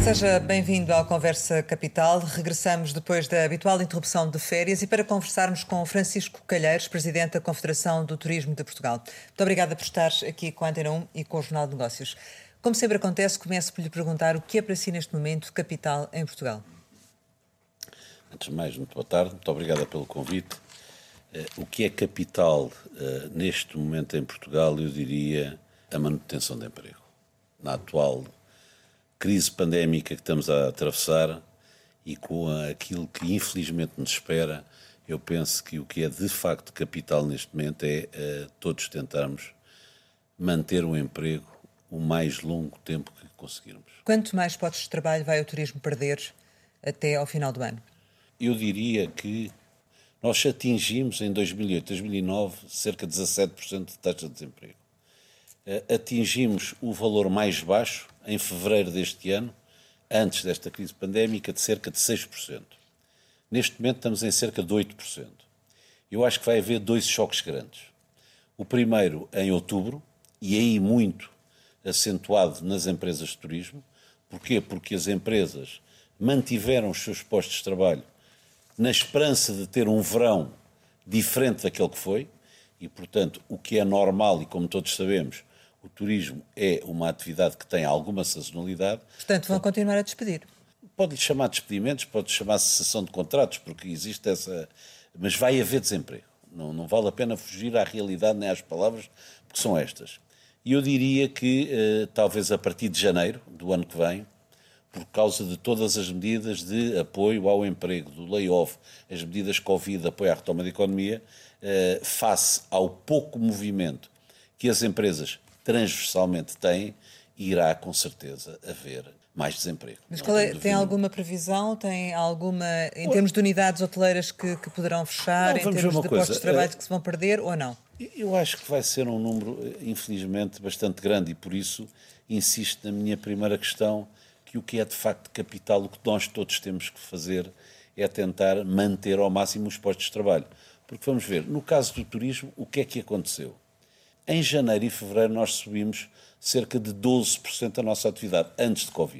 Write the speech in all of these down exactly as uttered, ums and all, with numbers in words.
Seja bem-vindo ao Conversa Capital. Regressamos depois da habitual interrupção de férias e para conversarmos com Francisco Calheiros, Presidente da Confederação do Turismo de Portugal. Muito obrigada por estar aqui com a Antena um e com o Jornal de Negócios. Como sempre acontece, começo por lhe perguntar o que é para si neste momento capital em Portugal. Antes de mais, muito boa tarde, muito obrigada pelo convite. Uh, o que é capital uh, neste momento em Portugal, eu diria, a manutenção de emprego. Na atual crise pandémica que estamos a atravessar e com aquilo que infelizmente nos espera, eu penso que o que é de facto capital neste momento é uh, todos tentarmos manter o emprego o mais longo tempo que conseguirmos. Quanto mais postos de trabalho vai o turismo perder até ao final do ano? Eu diria que nós atingimos em dois mil e oito, dois mil e nove cerca de dezassete por cento de taxa de desemprego. Atingimos o valor mais baixo em fevereiro deste ano, antes desta crise pandémica, de cerca de seis por cento. Neste momento estamos em cerca de oito por cento. Eu acho que vai haver dois choques grandes. O primeiro em outubro, e aí muito acentuado nas empresas de turismo. Porquê? Porque as empresas mantiveram os seus postos de trabalho na esperança de ter um verão diferente daquele que foi, e, portanto, o que é normal, e como todos sabemos, o turismo é uma atividade que tem alguma sazonalidade. Portanto, vão continuar a despedir. Pode-lhe chamar despedimentos, pode chamar cessação de contratos, porque existe essa... Mas vai haver desemprego. Não, não vale a pena fugir à realidade nem às palavras, porque são estas. E eu diria que, eh, talvez a partir de janeiro do ano que vem, por causa de todas as medidas de apoio ao emprego, do layoff, as medidas Covid de apoio à retoma da economia, eh, face ao pouco movimento que as empresas transversalmente têm, irá com certeza haver mais desemprego. Mas qual é, tem alguma previsão? Tem alguma, em termos de unidades hoteleiras que, que poderão fechar, não, em termos de postos de trabalho que se vão perder ou não? Eu acho que vai ser um número, infelizmente, bastante grande e por isso insisto na minha primeira questão, que o que é de facto capital, o que nós todos temos que fazer é tentar manter ao máximo os postos de trabalho. Porque vamos ver, no caso do turismo, o que é que aconteceu? Em janeiro e fevereiro nós subimos cerca de doze por cento da nossa atividade, antes de Covid.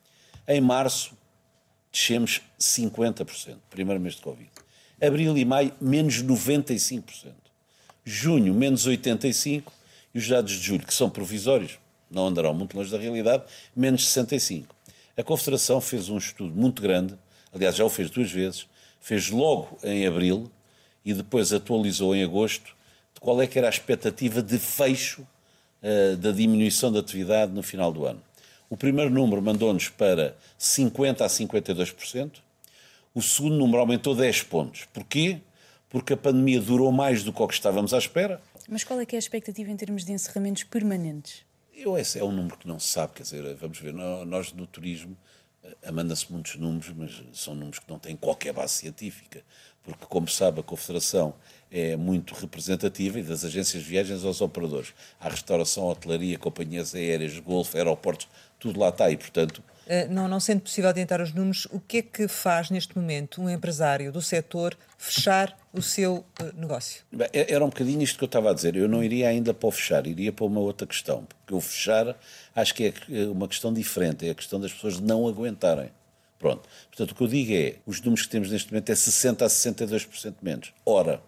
Em março descemos cinquenta por cento, primeiro mês de Covid. Abril e maio, menos noventa e cinco por cento. Junho, menos oitenta e cinco por cento. E os dados de julho, que são provisórios, não andarão muito longe da realidade, menos sessenta e cinco por cento. A Confederação fez um estudo muito grande, aliás já o fez duas vezes, fez logo em abril e depois atualizou em agosto, de qual é que era a expectativa de fecho uh, da diminuição da atividade no final do ano. O primeiro número mandou-nos para cinquenta a cinquenta e dois por cento, o segundo número aumentou dez pontos. Porquê? Porque a pandemia durou mais do que o que estávamos à espera. Mas qual é que é a expectativa em termos de encerramentos permanentes? Eu, esse é um número que não se sabe, quer dizer, vamos ver, nós no turismo amanda-se muitos números, mas são números que não têm qualquer base científica, porque, como sabe, a Confederação é muito representativa e das agências de viagens aos operadores. Há restauração, hotelaria, companhias aéreas, golfe, aeroportos, tudo lá está e, portanto... Não, não sendo possível adiantar os números, o que é que faz neste momento um empresário do setor fechar o seu uh, negócio? Bem, era um bocadinho isto que eu estava a dizer. Eu não iria ainda para o fechar, iria para uma outra questão. Porque o fechar acho que é uma questão diferente, é a questão das pessoas não aguentarem. Pronto. Portanto, o que eu digo é, os números que temos neste momento é sessenta a sessenta e dois por cento menos. Ora,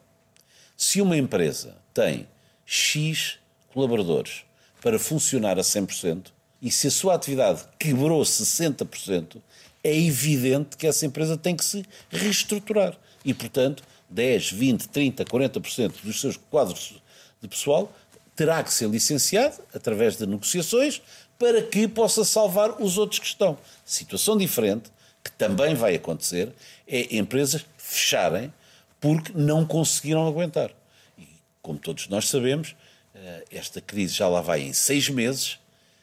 se uma empresa tem X colaboradores para funcionar a cem por cento, e se a sua atividade quebrou sessenta por cento, é evidente que essa empresa tem que se reestruturar. E, portanto, dez, vinte, trinta, quarenta por cento dos seus quadros de pessoal terá que ser licenciado através de negociações para que possa salvar os outros que estão. Situação diferente, que também vai acontecer, é empresas fecharem porque não conseguiram aguentar. E, como todos nós sabemos, esta crise já lá vai em seis meses,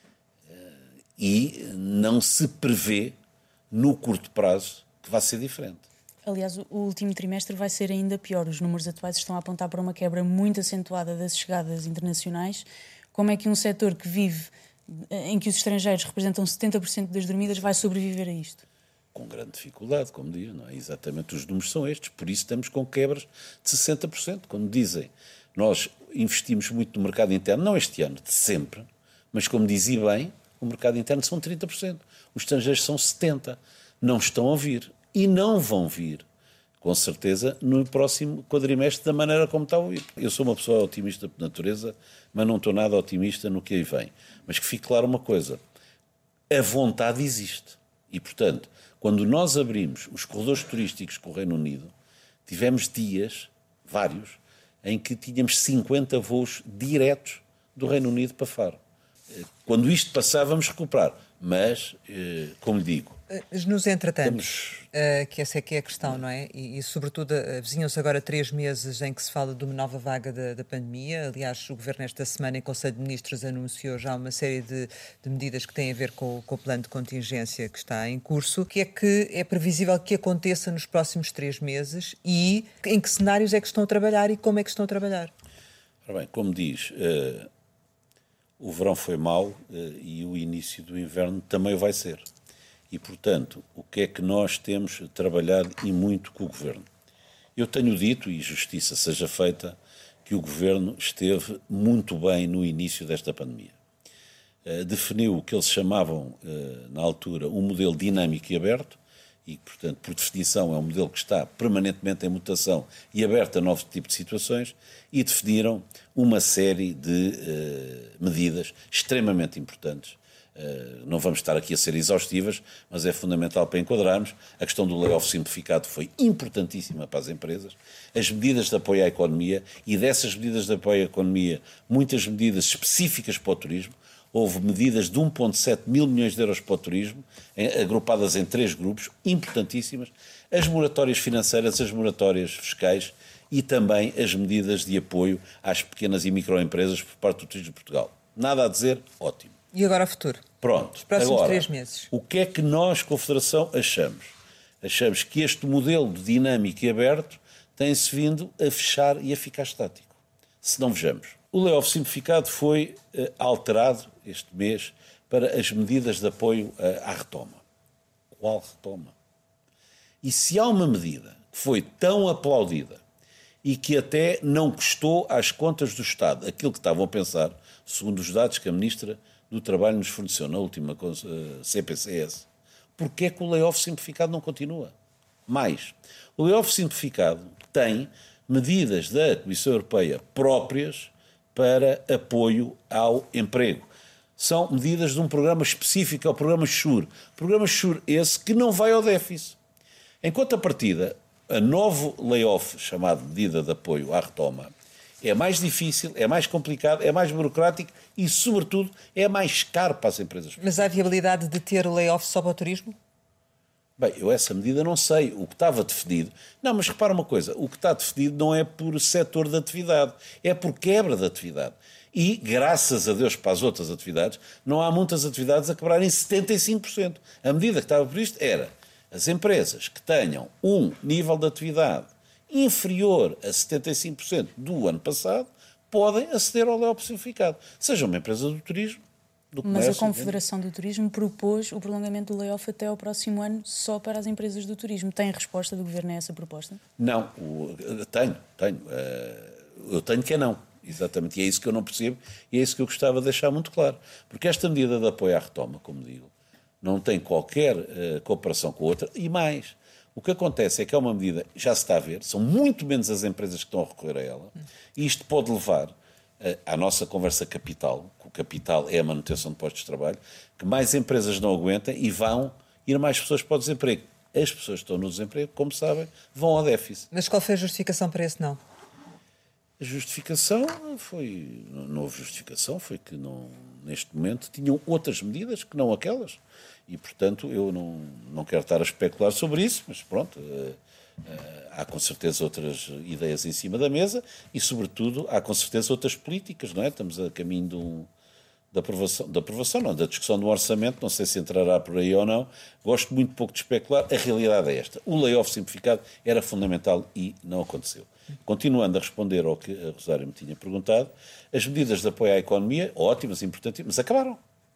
e não se prevê, no curto prazo, que vai ser diferente. Aliás, o último trimestre vai ser ainda pior. Os números atuais estão a apontar para uma quebra muito acentuada das chegadas internacionais. Como é que um setor que vive, em que os estrangeiros representam setenta por cento das dormidas, vai sobreviver a isto? Com grande dificuldade, como diz, não é? Exatamente, os números são estes. Por isso estamos com quebras de sessenta por cento. Quando dizem, nós investimos muito no mercado interno, não este ano, de sempre, mas como dizia bem, o mercado interno são trinta por cento. Os estrangeiros são setenta por cento. Não estão a vir. E não vão vir, com certeza, no próximo quadrimestre da maneira como está a vir. Eu sou uma pessoa otimista por natureza, mas não estou nada otimista no que aí vem. Mas que fique claro uma coisa. A vontade existe. E, portanto, quando nós abrimos os corredores turísticos com o Reino Unido, tivemos dias, vários, em que tínhamos cinquenta voos diretos do Reino Unido para Faro. Quando isto passar, vamos recuperar. Mas, como lhe digo... Nos entretanto, estamos... uh, que essa é que é a questão, não é? E, e sobretudo, avizinham-se agora três meses em que se fala de uma nova vaga da, da pandemia. Aliás, o Governo esta semana, em Conselho de Ministros, anunciou já uma série de, de medidas que têm a ver com, com o plano de contingência que está em curso. O que é que é previsível que aconteça nos próximos três meses e em que cenários é que estão a trabalhar e como é que estão a trabalhar? Ora bem, como diz... Uh... O verão foi mau uh, e o início do inverno também vai ser. E, portanto, o que é que nós temos trabalhado e muito com o Governo? Eu tenho dito, e justiça seja feita, que o Governo esteve muito bem no início desta pandemia. Uh, definiu o que eles chamavam, uh, na altura, um modelo dinâmico e aberto, e, portanto, por definição, é um modelo que está permanentemente em mutação e aberto a novos tipos de situações, e definiram uma série de uh, medidas extremamente importantes. Uh, não vamos estar aqui a ser exaustivas, mas é fundamental para enquadrarmos. A questão do layoff simplificado foi importantíssima para as empresas. As medidas de apoio à economia, e dessas medidas de apoio à economia, muitas medidas específicas para o turismo. Houve medidas de um vírgula sete mil milhões de euros para o turismo, agrupadas em três grupos, importantíssimas. As moratórias financeiras, as moratórias fiscais e também as medidas de apoio às pequenas e microempresas por parte do Turismo de Portugal. Nada a dizer, ótimo. E agora o futuro? Pronto. Os próximos agora, três meses. O que é que nós, Confederação, achamos? Achamos que este modelo dinâmico e aberto tem-se vindo a fechar e a ficar estático. Se não vejamos. O layoff simplificado foi uh, alterado este mês para as medidas de apoio uh, à retoma. Qual retoma? E se há uma medida que foi tão aplaudida e que até não custou às contas do Estado aquilo que estavam a pensar, segundo os dados que a Ministra do Trabalho nos forneceu na última uh, C P C S, porquê é que o layoff simplificado não continua? Mais, o layoff simplificado tem medidas da Comissão Europeia próprias para apoio ao emprego. São medidas de um programa específico, é o programa SURE. Programa SURE esse que não vai ao déficit. Em contrapartida, a novo layoff, chamado medida de apoio à retoma, é mais difícil, é mais complicado, é mais burocrático e, sobretudo, é mais caro para as empresas. Mas há viabilidade de ter o layoff só para o turismo? Bem, eu essa medida não sei. O que estava definido... Não, mas repara uma coisa. O que está definido não é por setor de atividade. É por quebra de atividade. E, graças a Deus para as outras atividades, não há muitas atividades a quebrarem setenta e cinco por cento. A medida que estava prevista era as empresas que tenham um nível de atividade inferior a setenta e cinco por cento do ano passado podem aceder ao layoff simplificado. Seja uma empresa do turismo, do Mas comércio, a Confederação entende? do Turismo propôs o prolongamento do layoff até ao próximo ano só para as empresas do turismo. Tem resposta do Governo a essa proposta? Não, o, tenho, tenho. Uh, eu tenho que é não, exatamente. E é isso que eu não percebo e é isso que eu gostava de deixar muito claro. Porque esta medida de apoio à retoma, como digo, não tem qualquer uh, cooperação com a outra. E mais, o que acontece é que é uma medida, já se está a ver, são muito menos as empresas que estão a recorrer a ela, e isto pode levar à nossa conversa capital, que o capital é a manutenção de postos de trabalho, que mais empresas não aguentam e vão ir mais pessoas para o desemprego. As pessoas que estão no desemprego, como sabem, vão ao déficit. Mas qual foi a justificação para esse não? A justificação foi... Não houve justificação, foi que não, neste momento tinham outras medidas que não aquelas. E, portanto, eu não, não quero estar a especular sobre isso, mas pronto... Uh, há com certeza outras ideias em cima da mesa e, sobretudo, há com certeza outras políticas, não é? Estamos a caminho de um, da aprovação, da aprovação, não, da discussão do orçamento, não sei se entrará por aí ou não. Gosto muito pouco de especular, a realidade é esta. O layoff simplificado era fundamental e não aconteceu. Continuando a responder ao que a Rosário me tinha perguntado, as medidas de apoio à economia, ótimas, importantes, mas acabaram.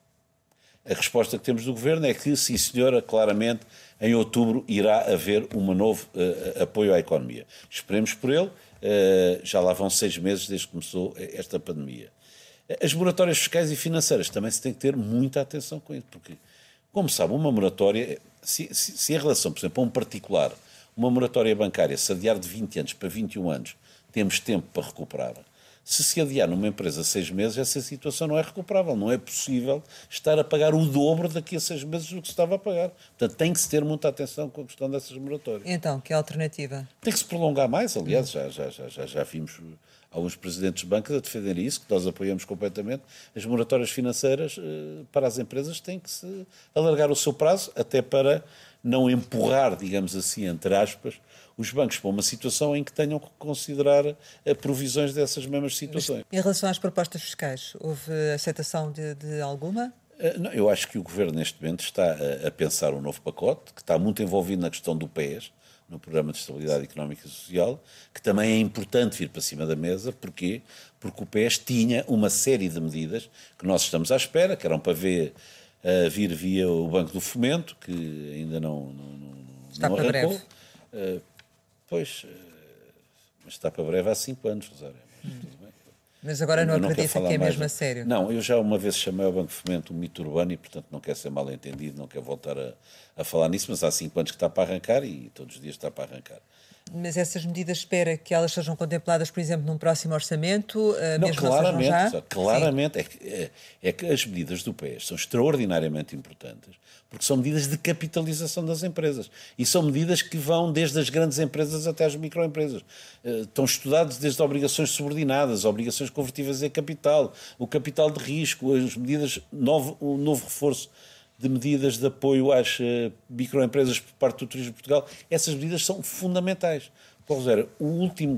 A resposta que temos do Governo é que, sim senhora, claramente, em outubro irá haver um novo uh, apoio à economia. Esperemos por ele, uh, já lá vão seis meses desde que começou esta pandemia. As moratórias fiscais e financeiras também se tem que ter muita atenção com isso, porque, como sabe, uma moratória, se, se, se em relação, por exemplo, a um particular, uma moratória bancária se adiar de vinte anos para vinte e um anos, temos tempo para recuperar. Se se adiar numa empresa seis meses, essa situação não é recuperável. Não é possível estar a pagar o dobro daqui a seis meses do que se estava a pagar. Portanto, tem que se ter muita atenção com a questão dessas moratórias. Então, que alternativa? Tem que se prolongar mais, aliás, já, já, já, já, já vimos alguns presidentes de bancos a defenderem isso, que nós apoiamos completamente. As moratórias financeiras para as empresas têm que se alargar o seu prazo, até para não empurrar, digamos assim, entre aspas, os bancos para uma situação em que tenham que considerar provisões dessas mesmas situações. Mas, em relação às propostas fiscais, houve aceitação de, de alguma? Não, eu acho que o Governo neste momento está a, a pensar um novo pacote, que está muito envolvido na questão do P E S, no Programa de Estabilidade Económica e Social, que também é importante vir para cima da mesa. Porquê? Porque o P E S tinha uma série de medidas que nós estamos à espera, que eram para ver, uh, vir via o Banco do Fomento, que ainda não, não, não, está não para arrancou. Breve. Uh, Pois, mas está para breve há cinco anos, Rosário. Mas, tudo bem. Mas agora não, não acredita que é mesmo a sério? Não, eu já uma vez chamei ao Banco de Fomento um mito urbano e, portanto, não quer ser mal entendido, não quer voltar a, a falar nisso, mas há cinco anos que está para arrancar e todos os dias está para arrancar. Mas essas medidas espera que elas sejam contempladas, por exemplo, num próximo orçamento? Não, mesmo claramente, não já? claramente é que, é, é que as medidas do P E S são extraordinariamente importantes, porque são medidas de capitalização das empresas. E são medidas que vão desde as grandes empresas até as microempresas. Estão estudados desde obrigações subordinadas, obrigações convertíveis em capital, o capital de risco, as medidas, novo, o novo reforço de medidas de apoio às uh, microempresas por parte do Turismo de Portugal. Essas medidas são fundamentais. Paulo Zé, o último,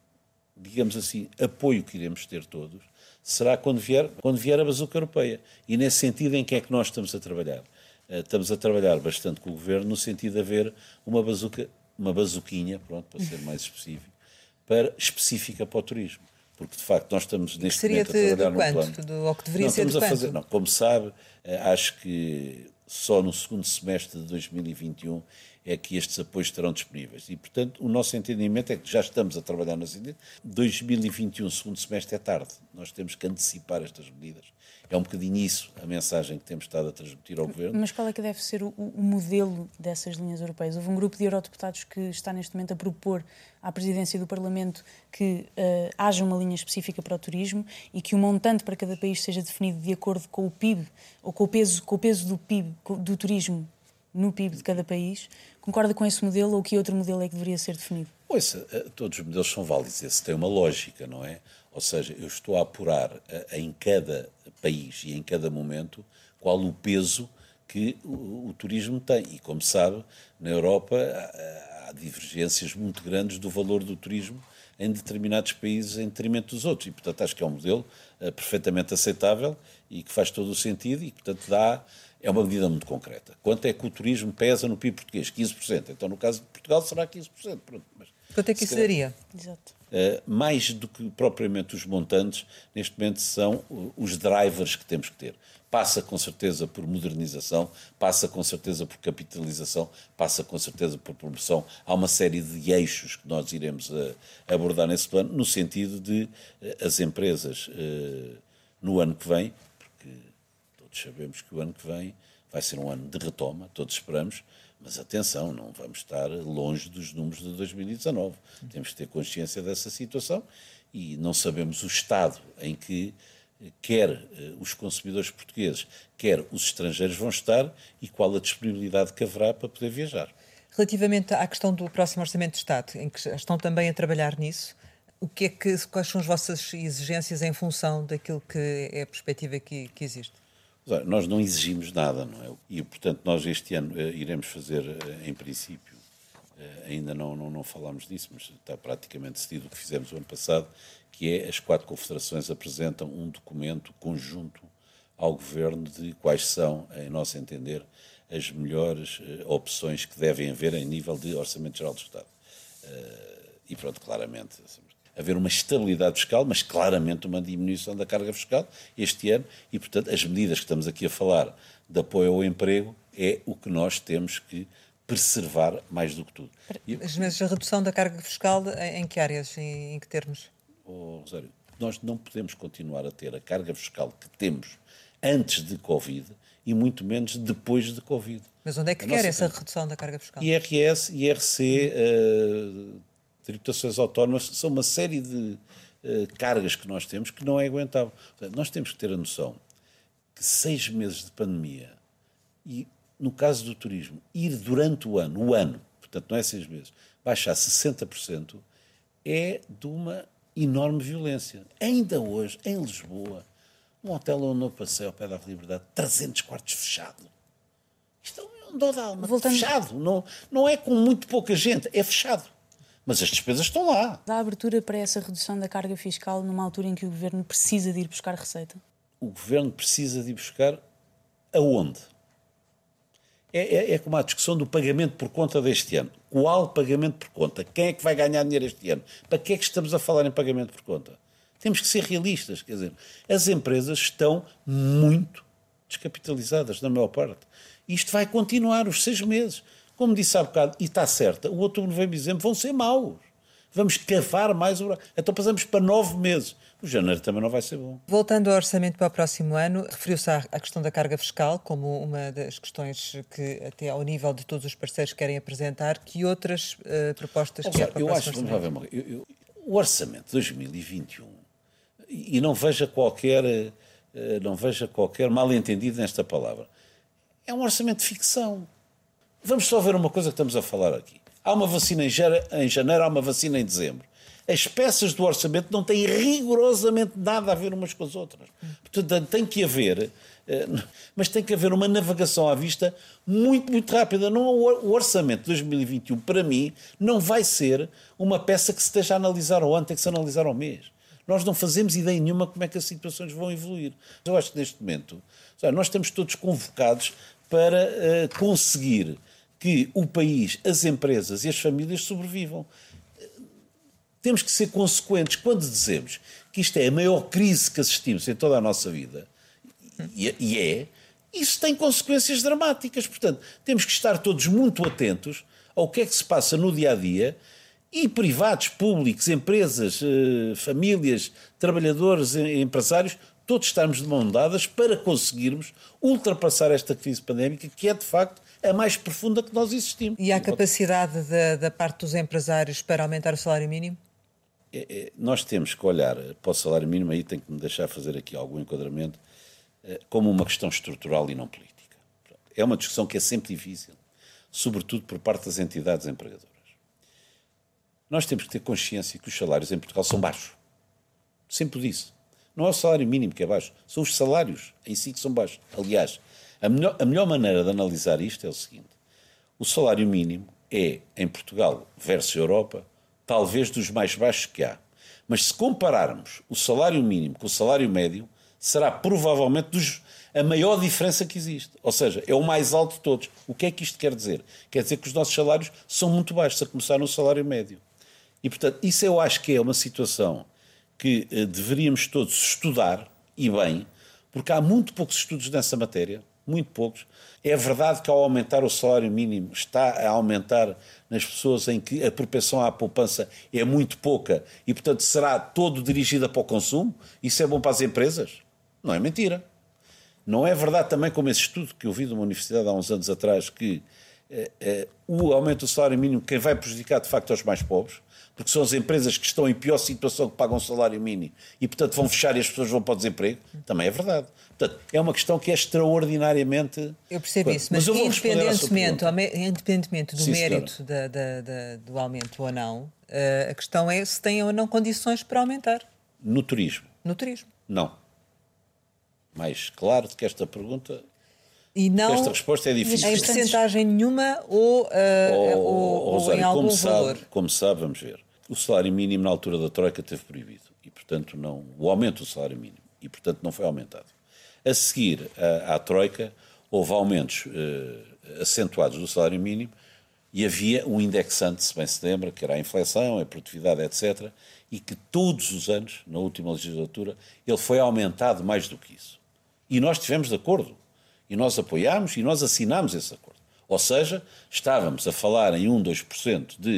digamos assim, apoio que iremos ter todos será quando vier, quando vier a bazuca europeia. E nesse sentido, em que é que nós estamos a trabalhar? Uh, estamos a trabalhar bastante com o Governo no sentido de haver uma bazuca, uma bazuquinha, pronto, para ser mais específico, para, específica para o turismo. Porque, de facto, nós estamos neste seria momento a trabalhar de quanto? no plano. Do, ou que deveria não, ser de estamos a quanto? fazer, não, como sabe, acho que só no segundo semestre de dois mil e vinte e um é que estes apoios estarão disponíveis. E, portanto, o nosso entendimento é que já estamos a trabalhar nesse sentido. dois mil e vinte e um, segundo semestre, é tarde. Nós temos que antecipar estas medidas. É um bocadinho isso a mensagem que temos estado a transmitir ao Governo. Mas qual é que deve ser o, o modelo dessas linhas europeias? Houve um grupo de eurodeputados que está neste momento a propor à Presidência do Parlamento que uh, haja uma linha específica para o turismo e que o montante para cada país seja definido de acordo com o P I B, ou com o peso, com o peso do P I B, do turismo no P I B de cada país. Concorda com esse modelo ou que outro modelo é que deveria ser definido? Ouça, todos os modelos são válidos, esse tem uma lógica, não é? Ou seja, eu estou a apurar em cada país e em cada momento qual o peso que o, o turismo tem. E, como sabe, na Europa há, há divergências muito grandes do valor do turismo em determinados países em detrimento dos outros. E, portanto, acho que é um modelo uh, perfeitamente aceitável e que faz todo o sentido e, portanto, dá... É uma medida muito concreta. Quanto é que o turismo pesa no P I B português? quinze por cento. Então, no caso de Portugal, será quinze por cento. Pronto, mas, quanto é que isso daria? Exato. Uh, mais do que propriamente os montantes, neste momento são os drivers que temos que ter. Passa com certeza por modernização, passa com certeza por capitalização, passa com certeza por promoção. Há uma série de eixos que nós iremos uh, abordar nesse plano, no sentido de uh, as empresas uh, no ano que vem, porque todos sabemos que o ano que vem vai ser um ano de retoma, todos esperamos, mas atenção, não vamos estar longe dos números de dois mil e dezanove. Temos que ter consciência dessa situação e não sabemos o estado em que quer os consumidores portugueses, quer os estrangeiros vão estar e qual a disponibilidade que haverá para poder viajar. Relativamente à questão do próximo Orçamento de Estado, em que estão também a trabalhar nisso, o que é que, quais são as vossas exigências em função daquilo que é a perspectiva que, que existe? Nós não exigimos nada, não é? E, portanto, nós este ano uh, iremos fazer, uh, em princípio, uh, ainda não, não, não falámos disso, mas está praticamente decidido o que fizemos o ano passado, que é as quatro confederações apresentam um documento conjunto ao Governo de quais são, em nosso entender, as melhores uh, opções que devem haver em nível de Orçamento Geral do Estado. Uh, e pronto, claramente... haver uma estabilidade fiscal, mas claramente uma diminuição da carga fiscal este ano e, portanto, as medidas que estamos aqui a falar de apoio ao emprego é o que nós temos que preservar mais do que tudo. Mas, mas a redução da carga fiscal em, em que áreas, em, em que termos? Oh, Rosário, nós não podemos continuar a ter a carga fiscal que temos antes de Covid e muito menos depois de Covid. Mas onde é que quer essa redução da carga fiscal? I R S, I R C, uh, tributações autónomas, são uma série de uh, cargas que nós temos que não é aguentável. Portanto, nós temos que ter a noção que seis meses de pandemia e, no caso do turismo, ir durante o ano, o ano, portanto não é seis meses, baixar sessenta por cento é de uma enorme violência. Ainda hoje, em Lisboa, um hotel onde eu passei ao pé da Liberdade, trezentos quartos fechado. Isto é um dó de alma. Voltando... Fechado. Não, não é com muito pouca gente, é fechado. Mas as despesas estão lá. Dá abertura para essa redução da carga fiscal numa altura em que o Governo precisa de ir buscar receita? O Governo precisa de ir buscar aonde? É, é, é como a discussão do pagamento por conta deste ano. Qual pagamento por conta? Quem é que vai ganhar dinheiro este ano? Para que é que estamos a falar em pagamento por conta? Temos que ser realistas. Quer dizer, as empresas estão muito descapitalizadas, na maior parte. Isto vai continuar os seis meses. Como disse há bocado, e está certa, o outubro, novembro e dezembro vão ser maus. Vamos cavar mais o buraco. Então passamos para nove meses. O janeiro também não vai ser bom. Voltando ao orçamento para o próximo ano, referiu-se à questão da carga fiscal como uma das questões que, até ao nível de todos os parceiros, querem apresentar. Que outras uh, propostas quer para o eu próximo acho, orçamento? Vamos lá ver, eu, eu, o orçamento de dois mil e vinte e um, e, e não veja qualquer, uh, não veja qualquer mal-entendido nesta palavra, é um orçamento de ficção. Vamos só ver uma coisa que estamos a falar aqui. Há uma vacina em janeiro, há uma vacina em dezembro. As peças do orçamento não têm rigorosamente nada a ver umas com as outras. Portanto, tem que haver, mas tem que haver uma navegação à vista muito, muito rápida. Não, o orçamento de dois mil e vinte e um, para mim, não vai ser uma peça que se esteja a analisar ao ano, tem que se analisar ao mês. Nós não fazemos ideia nenhuma como é que as situações vão evoluir. Eu acho que neste momento, nós estamos todos convocados para uh, conseguir que o país, as empresas e as famílias sobrevivam. Temos que ser consequentes quando dizemos que isto é a maior crise que assistimos em toda a nossa vida, e, e é, isso tem consequências dramáticas. Portanto, temos que estar todos muito atentos ao que é que se passa no dia-a-dia, e privados, públicos, empresas, eh, famílias, trabalhadores, empresários, todos estarmos de mão dadas para conseguirmos ultrapassar esta crise pandémica, que é, de facto, a mais profunda que nós existimos. E há capacidade da, da parte dos empresários para aumentar o salário mínimo? É, é, nós temos que olhar para o salário mínimo, aí tem que me deixar fazer aqui algum enquadramento, é, como uma questão estrutural e não política. É uma discussão que é sempre difícil, sobretudo por parte das entidades empregadoras. Nós temos que ter consciência que os salários em Portugal são baixos. Sempre disse. Não é o salário mínimo que é baixo, são os salários em si que são baixos. Aliás, a melhor, a melhor maneira de analisar isto é o seguinte: o salário mínimo é, em Portugal versus Europa, talvez dos mais baixos que há. Mas se compararmos o salário mínimo com o salário médio, será provavelmente dos, a maior diferença que existe. Ou seja, é o mais alto de todos. O que é que isto quer dizer? Quer dizer que os nossos salários são muito baixos, a começar no salário médio. E, portanto, isso eu acho que é uma situação que eh, deveríamos todos estudar, e bem, porque há muito poucos estudos nessa matéria, muito poucos. É verdade que ao aumentar o salário mínimo está a aumentar nas pessoas em que a propensão à poupança é muito pouca e, portanto, será todo dirigida para o consumo. Isso é bom para as empresas? Não é mentira. Não é verdade também, como esse estudo que eu vi de uma universidade há uns anos atrás, que eh, eh, o aumento do salário mínimo, quem vai prejudicar de facto aos mais pobres, porque são as empresas que estão em pior situação, que pagam o salário mínimo e, portanto, vão fechar e as pessoas vão para o desemprego. Também é verdade. Portanto, é uma questão que é extraordinariamente... Eu percebo isso, mas, mas independentemente, independentemente do Sim, mérito da, da, da, do aumento ou não, a questão é se têm ou não condições para aumentar. No turismo? No turismo. Não. Mais claro do que esta pergunta... E não esta resposta é difícil. Em percentagem nenhuma ou, uh, ou, ou, ou Rosário, em algum como valor? Sabe, como sabe, vamos ver. O salário mínimo na altura da Troika teve proibido. E, portanto, não, o aumento do salário mínimo. E, portanto, não foi aumentado. A seguir à, à Troika, houve aumentos uh, acentuados do salário mínimo e havia um indexante, se bem se lembra, que era a inflação, a produtividade, etcétera, e que todos os anos, na última legislatura, ele foi aumentado mais do que isso. E nós estivemos de acordo. E nós apoiámos e nós assinámos esse acordo. Ou seja, estávamos a falar em um, dois por cento de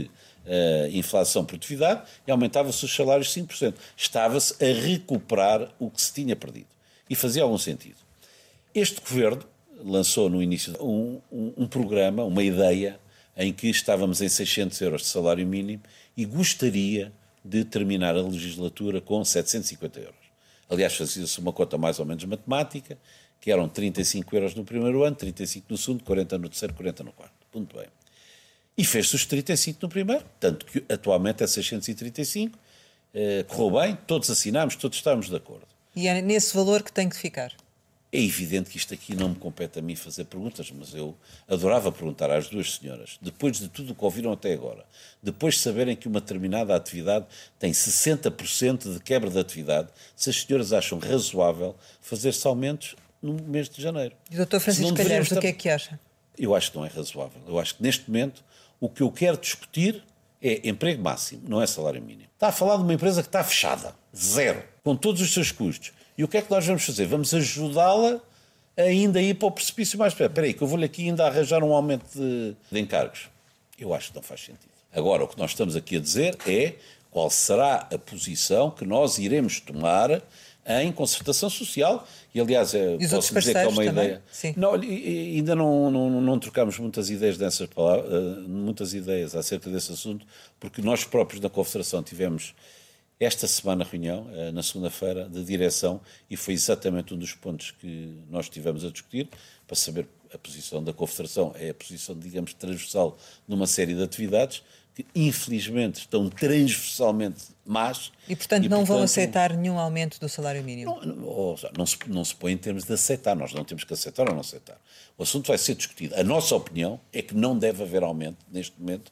uh, inflação produtividade e aumentava-se os salários cinco por cento. Estava-se a recuperar o que se tinha perdido. E fazia algum sentido. Este governo lançou no início um, um, um programa, uma ideia, em que estávamos em seiscentos euros de salário mínimo e gostaria de terminar a legislatura com setecentos e cinquenta euros. Aliás, fazia-se uma conta mais ou menos matemática, que eram trinta e cinco euros no primeiro ano, trinta e cinco no segundo, quarenta no terceiro, quarenta no quarto. Muito bem. E fez-se os trinta e cinco no primeiro, tanto que atualmente é seiscentos e trinta e cinco, eh, correu bem, todos assinámos, todos estamos de acordo. E é nesse valor que tem que ficar? É evidente que isto aqui não me compete a mim fazer perguntas, mas eu adorava perguntar às duas senhoras, depois de tudo o que ouviram até agora, depois de saberem que uma determinada atividade tem sessenta por cento de quebra de atividade, se as senhoras acham razoável fazer-se aumentos no mês de janeiro. E o doutor Francisco Calheiros, o que é que acha? Eu acho que não é razoável. Eu acho que neste momento o que eu quero discutir é emprego máximo, não é salário mínimo. Está a falar de uma empresa que está fechada, zero, com todos os seus custos. E o que é que nós vamos fazer? Vamos ajudá-la a ainda ir para o precipício mais perto. Espera aí, que eu vou-lhe aqui ainda arranjar um aumento de, de encargos. Eu acho que não faz sentido. Agora, o que nós estamos aqui a dizer é qual será a posição que nós iremos tomar em concertação social. E, aliás, é, posso dizer que é uma também? ideia... Sim. Não, ainda não, não, não trocámos muitas ideias, dessas palavras, muitas ideias acerca desse assunto, porque nós próprios da Confederação tivemos... esta semana reunião, na segunda-feira, de direção, e foi exatamente um dos pontos que nós tivemos a discutir, para saber a posição da Confederação, é a posição, digamos, transversal numa série de atividades, que infelizmente estão transversalmente más. E, portanto, e, não portanto, vão aceitar nenhum aumento do salário mínimo? Não, não, não, se, não se põe em termos de aceitar, nós não temos que aceitar ou não aceitar. O assunto vai ser discutido. A nossa opinião é que não deve haver aumento, neste momento,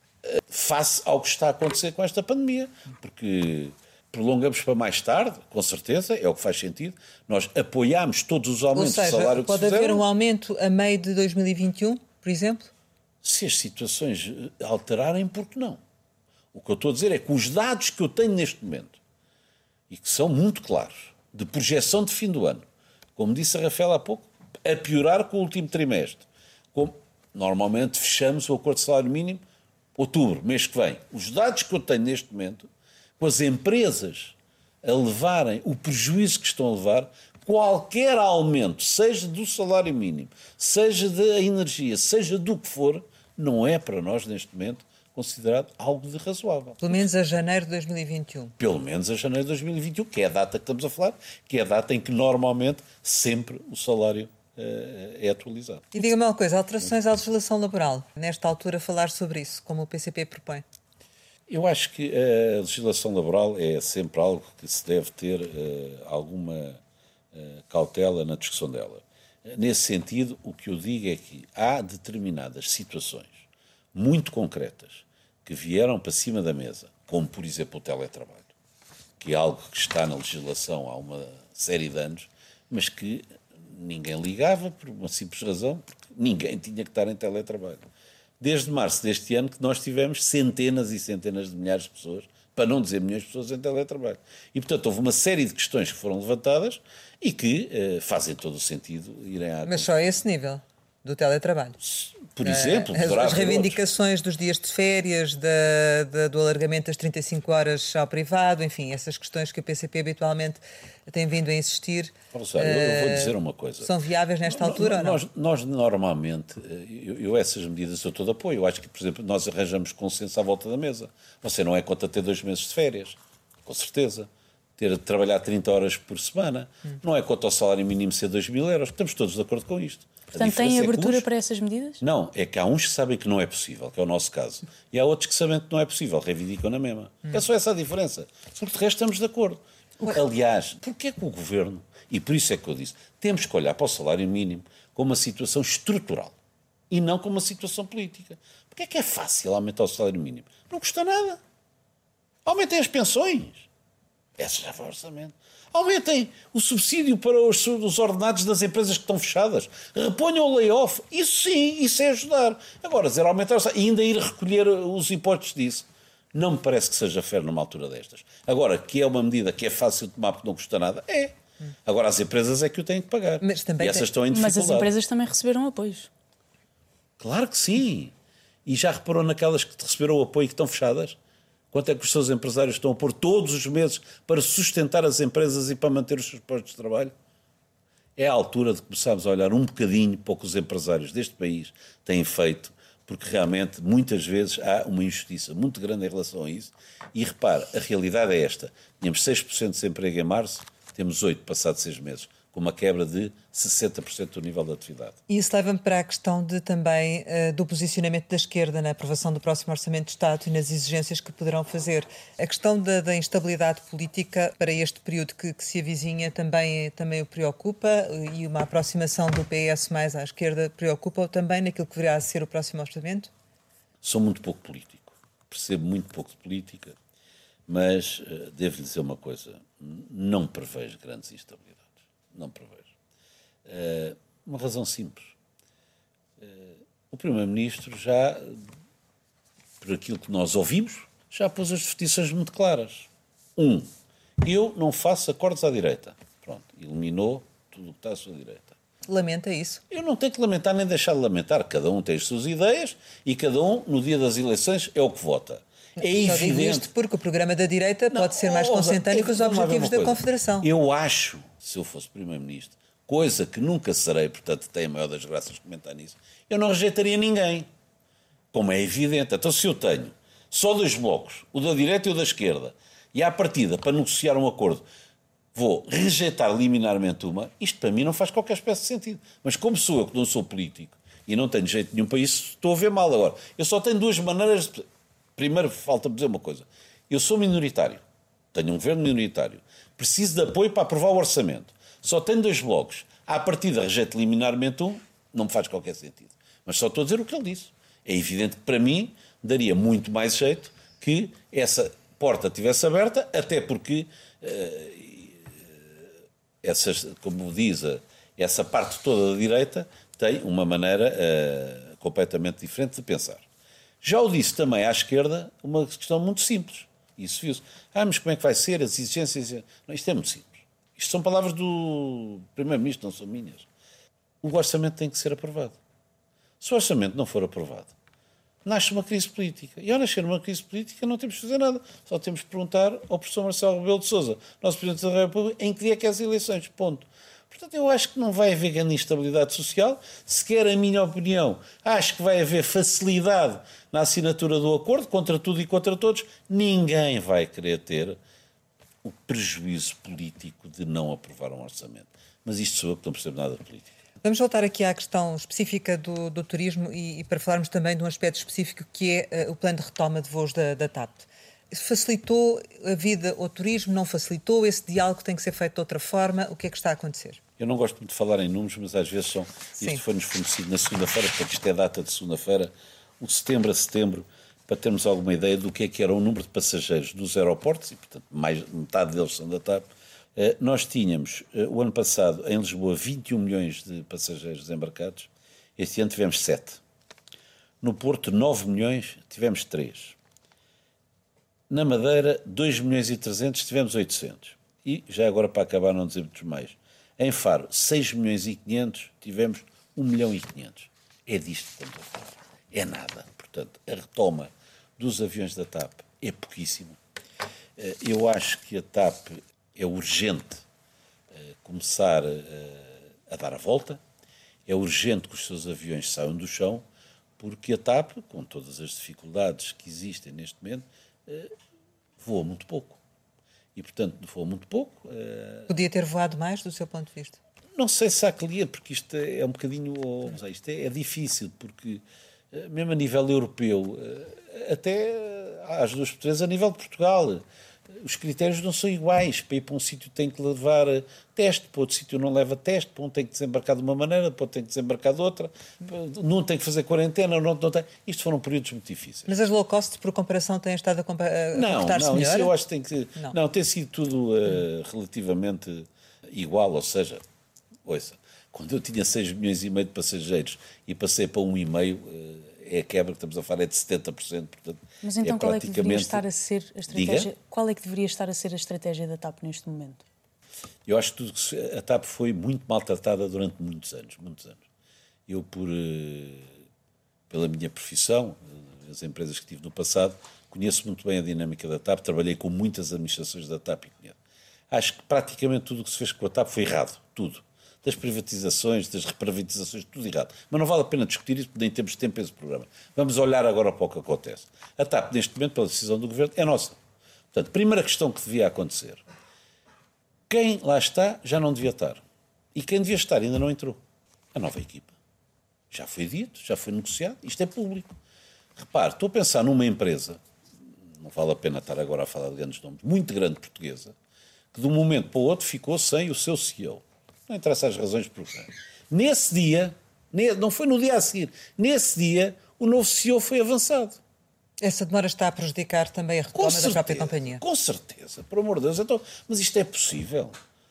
face ao que está a acontecer com esta pandemia, porque prolongamos para mais tarde, com certeza, é o que faz sentido. Nós apoiámos todos os aumentos Ou seja, de salário que se pode fizeram. haver um aumento a meio de dois mil e vinte e um, por exemplo? Se as situações alterarem, por que não? O que eu estou a dizer é que os dados que eu tenho neste momento, e que são muito claros, de projeção de fim do ano, como disse a Rafaela há pouco, a piorar com o último trimestre. Como normalmente fechamos o acordo de salário mínimo outubro, mês que vem. Os dados que eu tenho neste momento, com as empresas a levarem o prejuízo que estão a levar, qualquer aumento, seja do salário mínimo, seja da energia, seja do que for, não é para nós, neste momento, considerado algo de razoável. Pelo menos a janeiro de dois mil e vinte e um. Pelo menos a janeiro de dois mil e vinte e um, que é a data que estamos a falar, que é a data em que normalmente sempre o salário é atualizado. E diga-me uma coisa, alterações à legislação laboral, nesta altura falar sobre isso, como o P C P propõe? Eu acho que a legislação laboral é sempre algo que se deve ter uh, alguma uh, cautela na discussão dela. Nesse sentido, o que eu digo é que há determinadas situações muito concretas que vieram para cima da mesa, como por exemplo o teletrabalho, que é algo que está na legislação há uma série de anos, mas que ninguém ligava por uma simples razão, porque ninguém tinha que estar em teletrabalho. Desde março deste ano que nós tivemos centenas e centenas de milhares de pessoas, para não dizer milhões de pessoas, em teletrabalho. E, portanto, houve uma série de questões que foram levantadas e que eh, fazem todo o sentido irem à... Mas só a esse nível do teletrabalho? Por exemplo, as, as reivindicações outros. dos dias de férias, da, da, do alargamento das trinta e cinco horas ao privado, enfim, essas questões que o P C P habitualmente tem vindo a insistir. Rosário, uh, eu vou dizer uma coisa. São viáveis nesta no, altura nós, ou não? Nós, normalmente, eu, eu essas medidas eu estou de apoio. Eu acho que, por exemplo, nós arranjamos consenso à volta da mesa. Você não é contra ter dois meses de férias, com certeza. Ter de trabalhar trinta horas por semana. Hum. Não é contra o salário mínimo ser dois mil euros. Estamos todos de acordo com isto. Portanto, tem abertura é uns... para essas medidas? Não, é que há uns que sabem que não é possível, que é o nosso caso. E há outros que sabem que não é possível, reivindicam na mesma. Hum. É só essa a diferença. Porque de resto estamos de acordo. Aliás, porquê é que o Governo, e por isso é que eu disse, temos que olhar para o salário mínimo como uma situação estrutural e não como uma situação política. Porquê é que é fácil aumentar o salário mínimo? Não custa nada. Aumentem as pensões. Essa já foi o orçamento. Aumentem o subsídio para os, os ordenados das empresas que estão fechadas. Reponham o layoff. Isso sim, isso é ajudar. Agora, dizer aumentar o salário e ainda ir recolher os impostos disso, não me parece que seja fair numa altura destas. Agora, que é uma medida que é fácil de tomar porque não custa nada, é. Agora, as empresas é que o têm que pagar. Mas também e essas tem... estão em dificuldade. Mas as empresas também receberam apoios. Claro que sim. E já reparou naquelas que receberam o apoio e que estão fechadas? Quanto é que os seus empresários estão a pôr todos os meses para sustentar as empresas e para manter os seus postos de trabalho? É a altura de começarmos a olhar um bocadinho para o que os empresários deste país têm feito, porque realmente muitas vezes há uma injustiça muito grande em relação a isso. E repare, a realidade é esta. Tínhamos seis por cento de desemprego em março, temos oito por cento passados seis meses, com uma quebra de sessenta por cento do nível de atividade. E isso leva-me para a questão de, também uh, do posicionamento da esquerda na aprovação do próximo Orçamento de Estado e nas exigências que poderão fazer. A questão da, da instabilidade política para este período que, que se avizinha também, também o preocupa, e uma aproximação do P S mais à esquerda preocupa-o também naquilo que virá a ser o próximo Orçamento? Sou muito pouco político, percebo muito pouco de política, mas uh, devo-lhe dizer uma coisa, não prevejo grandes instabilidades. Não prevejo. Uh, uma razão simples. Uh, o Primeiro-Ministro já, por aquilo que nós ouvimos, já pôs as definições muito claras. Um, eu não faço acordos à direita. Pronto, eliminou tudo o que está à sua direita. Lamenta isso? Eu não tenho que lamentar nem deixar de lamentar. Cada um tem as suas ideias e cada um, no dia das eleições, é o que vota. É Só digo evidente. isto porque o programa da direita Não, pode ser mais oh, consentâneo que os vamos lá ver objetivos uma da coisa. Confederação. Eu acho, se eu fosse Primeiro-Ministro, coisa que nunca serei, portanto tenho a maior das graças de comentar nisso, eu não rejeitaria ninguém. Como é evidente. Então, se eu tenho só dois blocos, o da direita e o da esquerda, e à partida, para negociar um acordo, vou rejeitar liminarmente uma, isto para mim não faz qualquer espécie de sentido. Mas como sou eu que não sou político e não tenho jeito nenhum para isso, estou a ver mal agora. Eu só tenho duas maneiras de... Primeiro, falta-me dizer uma coisa. Eu sou minoritário. Tenho um governo minoritário. Preciso de apoio para aprovar o orçamento. Só tenho dois blocos. À partida, rejeito liminarmente um, não me faz qualquer sentido. Mas só estou a dizer o que ele disse. É evidente que, para mim, daria muito mais jeito que essa porta estivesse aberta, até porque, uh, essas, como diz, a, essa parte toda da direita tem uma maneira uh, completamente diferente de pensar. Já o disse também à esquerda uma questão muito simples. Isso viu-se. Ah, mas como é que vai ser? As exigências... Não, isto é muito simples. Isto são palavras do Primeiro-Ministro, não são minhas. O orçamento tem que ser aprovado. Se o orçamento não for aprovado, nasce uma crise política. E ao nascer uma crise política não temos que fazer nada. Só temos que perguntar ao professor Marcelo Rebelo de Sousa, nosso Presidente da República, em que dia é que é as eleições. Ponto. Portanto, eu acho que não vai haver grande instabilidade social. Se quer a minha opinião, acho que vai haver facilidade na assinatura do acordo, contra tudo e contra todos. Ninguém vai querer ter o prejuízo político de não aprovar um orçamento. Mas isto sou eu que não percebo nada de política. Vamos voltar aqui à questão específica do, do turismo e, e para falarmos também de um aspecto específico que é uh, o plano de retoma de voos da, da TAP. Facilitou a vida ao turismo? Não facilitou? Esse diálogo tem que ser feito de outra forma? O que é que está a acontecer? Eu não gosto muito de falar em números, mas às vezes são... Sim. Isto foi-nos fornecido na segunda-feira, porque isto é data de segunda-feira, de setembro a setembro, para termos alguma ideia do que é que era o número de passageiros dos aeroportos, e portanto mais metade deles são da TAP. Uh, nós tínhamos, uh, o ano passado, em Lisboa, vinte e um milhões de passageiros embarcados. Este ano tivemos sete. No Porto, nove milhões, tivemos três. Na Madeira, dois milhões e trezentos, tivemos oitocentos. E, já agora para acabar, não dizer muitos mais, em Faro, seis milhões e quinhentos, tivemos um milhão e quinhentos. É disto que estamos a falar. É nada. Portanto, a retoma dos aviões da TAP é pouquíssimo. Uh, eu acho que a TAP... É urgente uh, começar uh, a dar a volta, é urgente que os seus aviões saiam do chão, porque a TAP, com todas as dificuldades que existem neste momento, uh, voa muito pouco. E, portanto, voa muito pouco. Uh, Podia ter voado mais, do seu ponto de vista? Não sei se há cliente, porque isto é um bocadinho... Oh, sei, isto é, é difícil, porque, uh, mesmo a nível europeu, uh, até uh, às duas por três, a nível de Portugal... Os critérios não são iguais. Para ir para um sítio tem que levar teste, para outro sítio não leva teste, para um tem que desembarcar de uma maneira, para outro tem que desembarcar de outra, num tem que fazer quarentena, não, não tem. Isto foram períodos muito difíceis. Mas as low cost, por comparação, têm estado a, compa- a não, comportar-se não, melhor? Isso eu acho que tem que... Não, não tem sido tudo uh, relativamente igual, ou seja, ouça, quando eu tinha seis milhões e meio de passageiros e passei para um e meio... Uh, é a quebra que estamos a falar, é de setenta por cento. Portanto, mas então é qual é que deveria praticamente... estar a ser a estratégia? Diga? Qual é que deveria estar a ser a estratégia da TAP neste momento? Eu acho que tudo que a TAP foi muito maltratada durante muitos anos, muitos anos. Eu, por uh, pela minha profissão, as empresas que tive no passado, conheço muito bem a dinâmica da TAP, trabalhei com muitas administrações da TAP e conheço. Acho que praticamente tudo o que se fez com a TAP foi errado, tudo. Das privatizações, das reprivatizações, tudo errado. Mas não vale a pena discutir isso, porque nem temos tempo para esse programa. Vamos olhar agora para o que acontece. A TAP, neste momento, pela decisão do Governo, é nossa. Portanto, primeira questão que devia acontecer. Quem lá está já não devia estar. E quem devia estar ainda não entrou. A nova equipa. Já foi dito, já foi negociado, isto é público. Repare, estou a pensar numa empresa, não vale a pena estar agora a falar de grandes nomes, muito grande portuguesa, que de um momento para o outro ficou sem o seu C E O. Não interessa as razões por quê. Nesse dia, não foi no dia a seguir, nesse dia o novo C E O foi avançado. Essa demora está a prejudicar também a retoma da própria companhia? Com certeza, por amor de Deus. Então, mas isto é possível.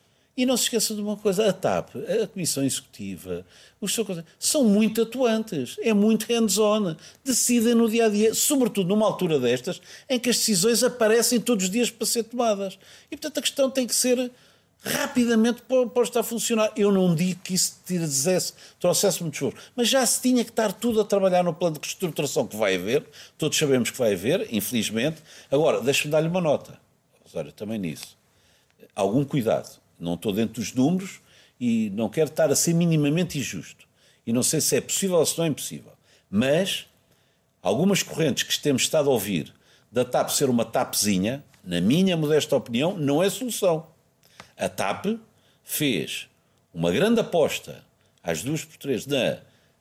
E não se esqueça de uma coisa, a TAP, a Comissão Executiva, os seus são muito atuantes, é muito hands-on, decidem no dia-a-dia, sobretudo numa altura destas, em que as decisões aparecem todos os dias para ser tomadas. E, portanto, a questão tem que ser rapidamente posta a funcionar. Eu não digo que isso dissesse, trouxesse muito esforço, mas já se tinha que estar tudo a trabalhar no plano de reestruturação que vai haver, todos sabemos que vai haver, infelizmente. Agora, deixa-me dar-lhe uma nota, Rosário, também nisso. Algum cuidado. Não estou dentro dos números e não quero estar a ser minimamente injusto. E não sei se é possível ou se não é impossível. Mas algumas correntes que temos estado a ouvir da TAP ser uma TAPzinha, na minha modesta opinião, não é solução. A TAP fez uma grande aposta às duas por três na,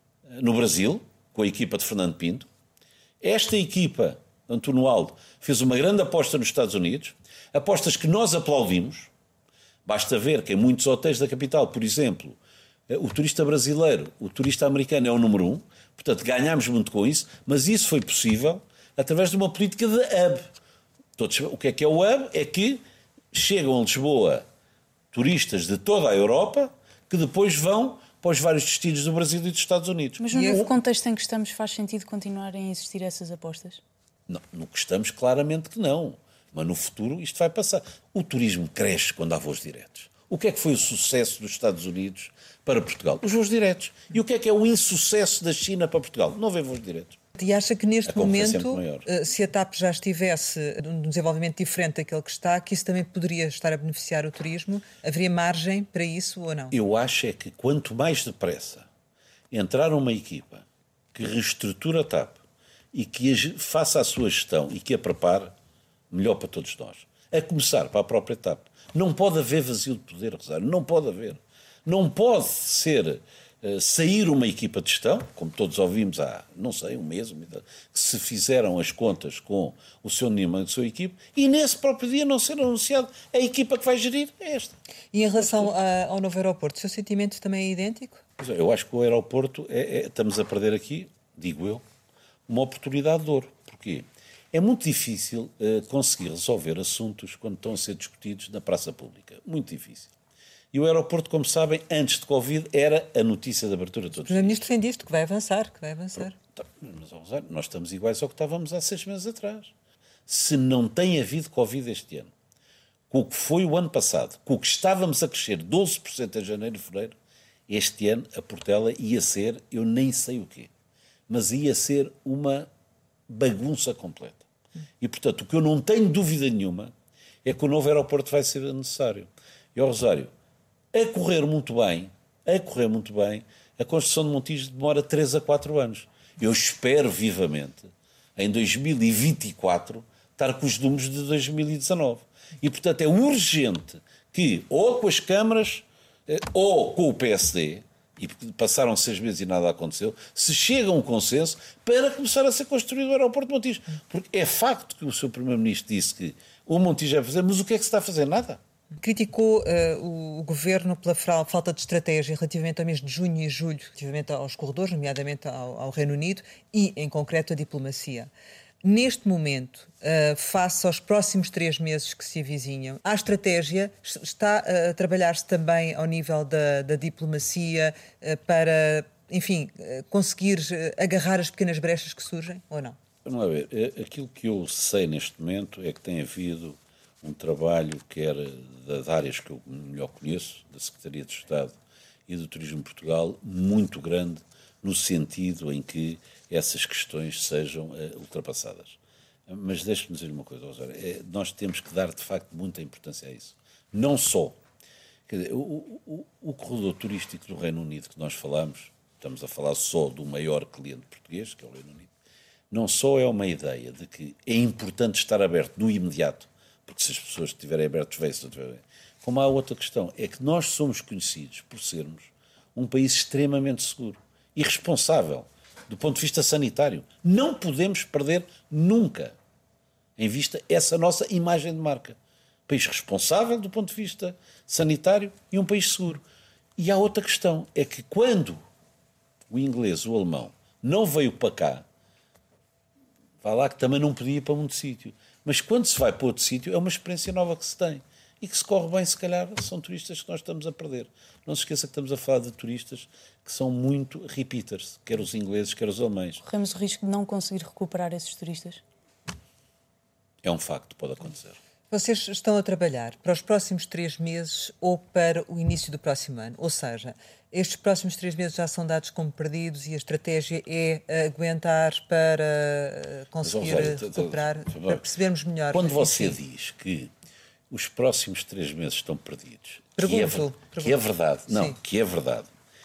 no Brasil, com a equipa de Fernando Pinto. Esta equipa, António Aldo, fez uma grande aposta nos Estados Unidos. Apostas que nós aplaudimos. Basta ver que em muitos hotéis da capital, por exemplo, o turista brasileiro, o turista americano é o número um, portanto ganhámos muito com isso, mas isso foi possível através de uma política de hub. Todos, o que é que é o hub? É que chegam a Lisboa turistas de toda a Europa que depois vão para os vários destinos do Brasil e dos Estados Unidos. Mas no novo contexto em que estamos faz sentido continuarem a existir essas apostas? Não, no que estamos claramente que não. Mas no futuro isto vai passar. O turismo cresce quando há voos diretos. O que é que foi o sucesso dos Estados Unidos para Portugal? Os voos diretos. E o que é que é o insucesso da China para Portugal? Não haver voos diretos. E acha que neste momento, se a TAP já estivesse num desenvolvimento diferente daquele que está, que isso também poderia estar a beneficiar o turismo? Haveria margem para isso ou não? Eu acho é que quanto mais depressa entrar uma equipa que reestrutura a TAP e que faça a sua gestão e que a prepare, melhor para todos nós. A começar para a própria TAP. Não pode haver vazio de poder, Rosário. Não pode haver. Não pode ser uh, sair uma equipa de gestão, como todos ouvimos há, não sei, um mês, que se fizeram as contas com o seu Nima e a sua equipe, e nesse próprio dia não ser anunciado a equipa que vai gerir é esta. E em relação a, ao novo aeroporto, o seu sentimento também é idêntico? Eu acho que o aeroporto, é, é, estamos a perder aqui, digo eu, uma oportunidade de ouro. Porquê? É muito difícil uh, conseguir resolver assuntos quando estão a ser discutidos na praça pública. Muito difícil. E o aeroporto, como sabem, antes de Covid, era a notícia de abertura de todos os dias. O Primeiro-Ministro tem dito que vai avançar, que vai avançar. Mas, nós estamos iguais ao que estávamos há seis meses atrás. Se não tem havido Covid este ano, com o que foi o ano passado, com o que estávamos a crescer doze por cento em janeiro e fevereiro, este ano a Portela ia ser, eu nem sei o quê, mas ia ser uma bagunça completa. E, portanto, o que eu não tenho dúvida nenhuma é que o novo aeroporto vai ser necessário. E, ao Rosário, a correr muito bem, a correr muito bem, a construção de Montijo demora três a quatro anos. Eu espero vivamente, em dois mil e vinte e quatro, estar com os números de dois mil e dezanove. E, portanto, é urgente que, ou com as câmaras, ou com o P S D, e passaram seis meses e nada aconteceu, se chega a um consenso para começar a ser construído o aeroporto de Montijo. Porque é facto que o seu Primeiro-Ministro disse que o Montijo vai fazer, mas o que é que se está a fazer? Nada. Criticou uh, o Governo pela falta de estratégia relativamente ao mês de junho e julho, relativamente aos corredores, nomeadamente ao, ao Reino Unido, e, em concreto, a diplomacia. Neste momento, uh, face aos próximos três meses que se avizinham, a estratégia está a trabalhar-se também ao nível da, da diplomacia uh, para, enfim, uh, conseguir uh, agarrar as pequenas brechas que surgem, ou não? Vamos lá ver. Aquilo que eu sei neste momento é que tem havido um trabalho, quer das áreas que eu melhor conheço, da Secretaria de Estado e do Turismo de Portugal, muito grande no sentido em que essas questões sejam uh, ultrapassadas. Mas deixe-me dizer uma coisa, Rosário, é, nós temos que dar, de facto, muita importância a isso. Não só. Quer dizer, o, o, o corredor turístico do Reino Unido que nós falamos, estamos a falar só do maior cliente português, que é o Reino Unido, não só é uma ideia de que é importante estar aberto no imediato, porque se as pessoas estiverem abertas, vêm-se, como há outra questão, é que nós somos conhecidos por sermos um país extremamente seguro e responsável do ponto de vista sanitário. Não podemos perder nunca em vista essa nossa imagem de marca. País responsável do ponto de vista sanitário e um país seguro. E há outra questão, é que quando o inglês, o alemão, não veio para cá, vai lá que também não podia ir para muito sítio. Mas quando se vai para outro sítio, é uma experiência nova que se tem. E que se corre bem, se calhar, são turistas que nós estamos a perder. Não se esqueça que estamos a falar de turistas que são muito repeaters, quer os ingleses, quer os alemães. Corremos o risco de não conseguir recuperar esses turistas? É um facto, pode acontecer. Vocês estão a trabalhar para os próximos três meses ou para o início do próximo ano? Ou seja, estes próximos três meses já são dados como perdidos e a estratégia é aguentar para conseguir Mas, recuperar, para percebermos melhor. Quando você diz que os próximos três meses estão perdidos, pergunto, que, é, pergunto. que é verdade, não, Sim. que é verdade,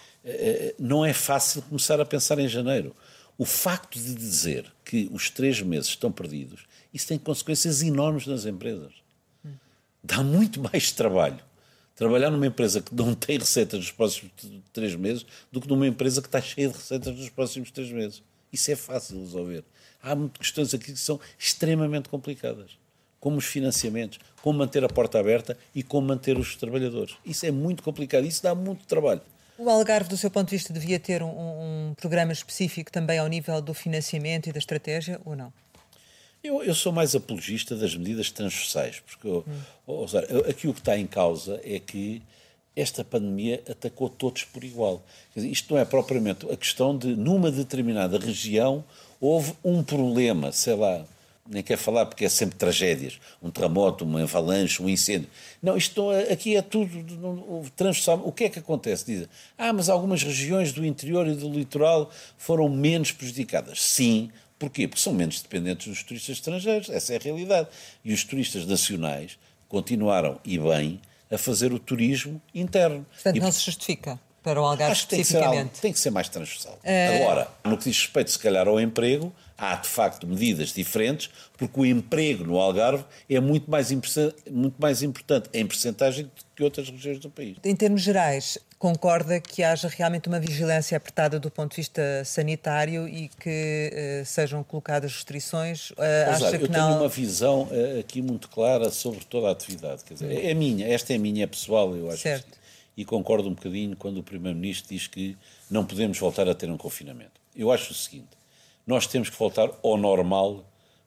não é fácil começar a pensar em janeiro. O facto de dizer que os três meses estão perdidos, isso tem consequências enormes nas empresas. Hum. Dá muito mais trabalho trabalhar numa empresa que não tem receitas nos próximos três meses do que numa empresa que está cheia de receitas nos próximos três meses. Isso é fácil de resolver. Há muitas questões aqui que são extremamente complicadas, como os financiamentos, como manter a porta aberta e como manter os trabalhadores. Isso é muito complicado, isso dá muito trabalho. O Algarve, do seu ponto de vista, devia ter um, um programa específico também ao nível do financiamento e da estratégia, ou não? Eu, eu sou mais apologista das medidas transversais, porque eu, hum. ou seja, aqui o que está em causa é que esta pandemia atacou todos por igual. Quer dizer, isto não é propriamente a questão de, numa determinada região, houve um problema, sei lá, nem quero falar porque é sempre tragédias, um terremoto, uma avalanche, um incêndio. Não, isto aqui é tudo transversal. O que é que acontece? Dizem, ah, mas algumas regiões do interior e do litoral foram menos prejudicadas. Sim, porquê? Porque são menos dependentes dos turistas estrangeiros, essa é a realidade. E os turistas nacionais continuaram, e bem, a fazer o turismo interno. Portanto, e, não se justifica para o Algarve acho que especificamente. Tem que, ser, tem que ser mais transversal. É... Agora, no que diz respeito, se calhar, ao emprego, há, de facto, medidas diferentes, porque o emprego no Algarve é muito mais, muito mais importante em percentagem do que outras regiões do país. Em termos gerais, concorda que haja realmente uma vigilância apertada do ponto de vista sanitário e que uh, sejam colocadas restrições? Uh, acha eu que tenho não... uma visão uh, aqui muito clara sobre toda a atividade. Quer dizer, hum. é minha, esta é minha, é pessoal, eu acho. Certo. Que, e concordo um bocadinho quando o Primeiro-Ministro diz que não podemos voltar a ter um confinamento. Eu acho o seguinte, nós temos que voltar ao normal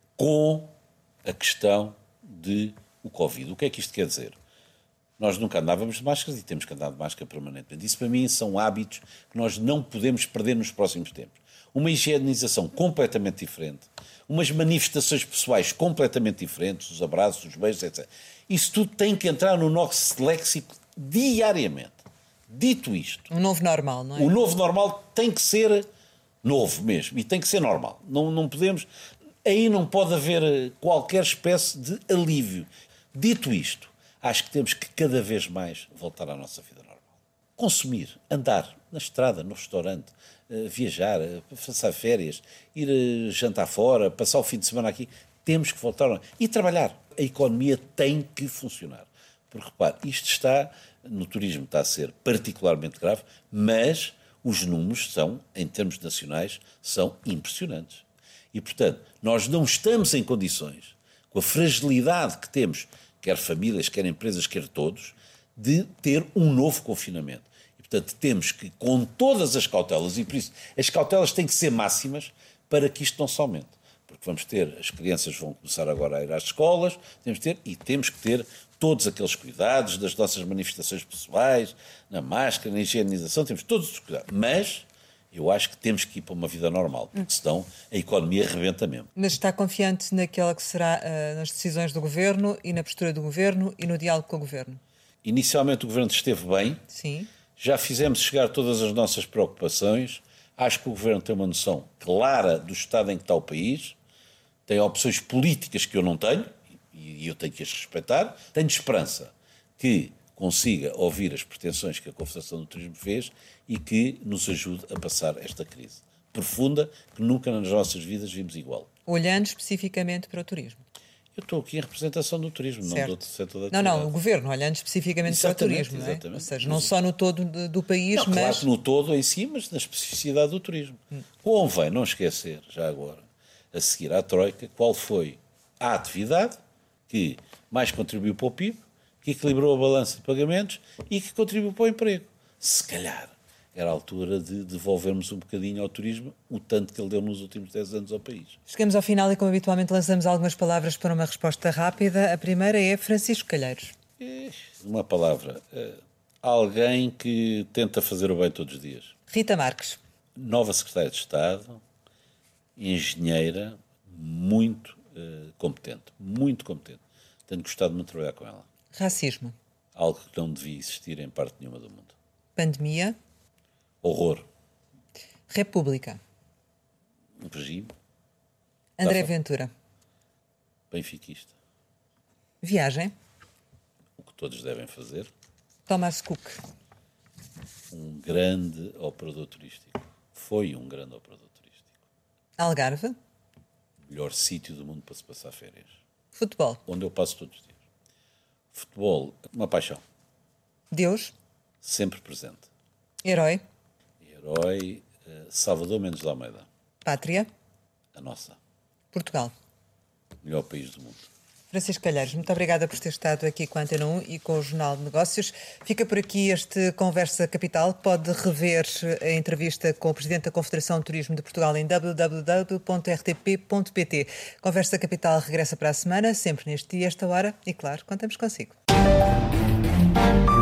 com a questão de o Covid. O que é que isto quer dizer? Nós nunca andávamos de máscaras e temos que andar de máscara permanentemente. Isso, para mim, são hábitos que nós não podemos perder nos próximos tempos. Uma higienização completamente diferente, umas manifestações pessoais completamente diferentes, os abraços, os beijos, etcétera. Isso tudo tem que entrar no nosso léxico diariamente. Dito isto... Um novo normal, não é? O novo normal tem que ser novo mesmo e tem que ser normal. Não, não podemos... Aí não pode haver qualquer espécie de alívio. Dito isto, acho que temos que cada vez mais voltar à nossa vida normal. Consumir, andar na estrada, no restaurante, viajar, passar férias, ir jantar fora, passar o fim de semana aqui. Temos que voltar e trabalhar. A economia tem que funcionar. Porque, repare, isto está, no turismo está a ser particularmente grave, mas os números são, em termos nacionais, são impressionantes. E, portanto, nós não estamos em condições, com a fragilidade que temos, quer famílias, quer empresas, quer todos, de ter um novo confinamento. E, portanto, temos que, com todas as cautelas, e por isso as cautelas têm que ser máximas para que isto não se aumente. Porque vamos ter, as crianças vão começar agora a ir às escolas, temos que ter, e temos que ter todos aqueles cuidados das nossas manifestações pessoais, na máscara, na higienização, temos todos os cuidados. Mas eu acho que temos que ir para uma vida normal, porque senão a economia rebenta mesmo. Mas está confiante naquela que será uh, nas decisões do Governo e na postura do Governo e no diálogo com o Governo? Inicialmente o Governo esteve bem. Sim. Já fizemos chegar todas as nossas preocupações. Acho que o Governo tem uma noção clara do estado em que está o país, tem opções políticas que eu não tenho, e eu tenho que as respeitar. Tenho esperança que consiga ouvir as pretensões que a Confederação do Turismo fez e que nos ajude a passar esta crise profunda que nunca nas nossas vidas vimos igual. Olhando especificamente para o turismo. Eu estou aqui em representação do turismo, Certo. não do outro setor da Não, atividade. não, o Governo, olhando especificamente Exatamente, para o turismo, não é? exatamente. Ou seja, não só no todo do, do país, Não, mas... claro que no todo em si, mas na especificidade do turismo. Hum. Convém não esquecer, já agora, a seguir à Troika, qual foi a atividade que mais contribuiu para o P I B, que equilibrou a balança de pagamentos e que contribuiu para o emprego. Se calhar era a altura de devolvermos um bocadinho ao turismo o tanto que ele deu nos últimos dez anos ao país. Chegamos ao final e, como habitualmente, lançamos algumas palavras para uma resposta rápida. A primeira é Francisco Calheiros. Uma palavra. Alguém que tenta fazer o bem todos os dias. Rita Marques. Nova secretária de Estado, engenheira, muito uh, competente. Muito competente. Tenho gostado muito de trabalhar com ela. Racismo. Algo que não devia existir em parte nenhuma do mundo. Pandemia. Horror. República. Um regime. André Ventura. Benfiquista. Viagem. O que todos devem fazer. Thomas Cook. Um grande operador turístico. Foi um grande operador turístico. Algarve. Melhor sítio do mundo para se passar férias. Futebol. Onde eu passo todos os dias. Futebol, uma paixão. Deus. Sempre presente. Herói. Herói, Salvador Mendes de Almeida. Pátria. A nossa. Portugal. Melhor país do mundo. Francisco Calheiros, muito obrigada por ter estado aqui com a Antena um e com o Jornal de Negócios. Fica por aqui este Conversa Capital. Pode rever a entrevista com o Presidente da Confederação de Turismo de Portugal em w w w ponto r t p ponto p t. Conversa Capital regressa para a semana, sempre neste dia, esta hora, e claro, contamos consigo.